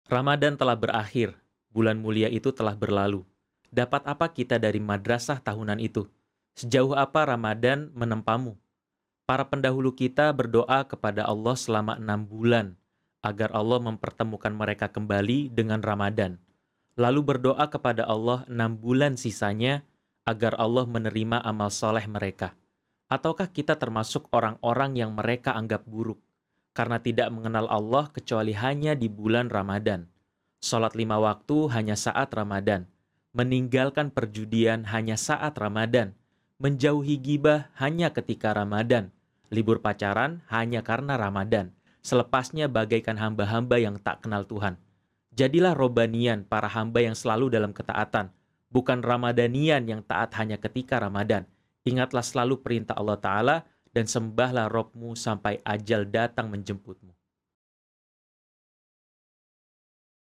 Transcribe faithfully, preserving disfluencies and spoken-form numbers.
Ramadan telah berakhir, bulan mulia itu telah berlalu. Dapat apa kita dari madrasah tahunan itu? Sejauh apa Ramadan menempamu? Para pendahulu kita berdoa kepada Allah selama enam bulan, agar Allah mempertemukan mereka kembali dengan Ramadan. Lalu berdoa kepada Allah enam bulan sisanya, agar Allah menerima amal soleh mereka. Ataukah kita termasuk orang-orang yang mereka anggap buruk, karena tidak mengenal Allah kecuali hanya di bulan Ramadan? Sholat lima waktu hanya saat Ramadan, meninggalkan perjudian hanya saat Ramadan, menjauhi gibah hanya ketika Ramadan, libur pacaran hanya karena Ramadan, selepasnya bagaikan hamba-hamba yang tak kenal Tuhan. Jadilah robanian, para hamba yang selalu dalam ketaatan, bukan Ramadanian yang taat hanya ketika Ramadan. Ingatlah selalu perintah Allah Ta'ala dan sembahlah Robmu sampai ajal datang menjemputmu.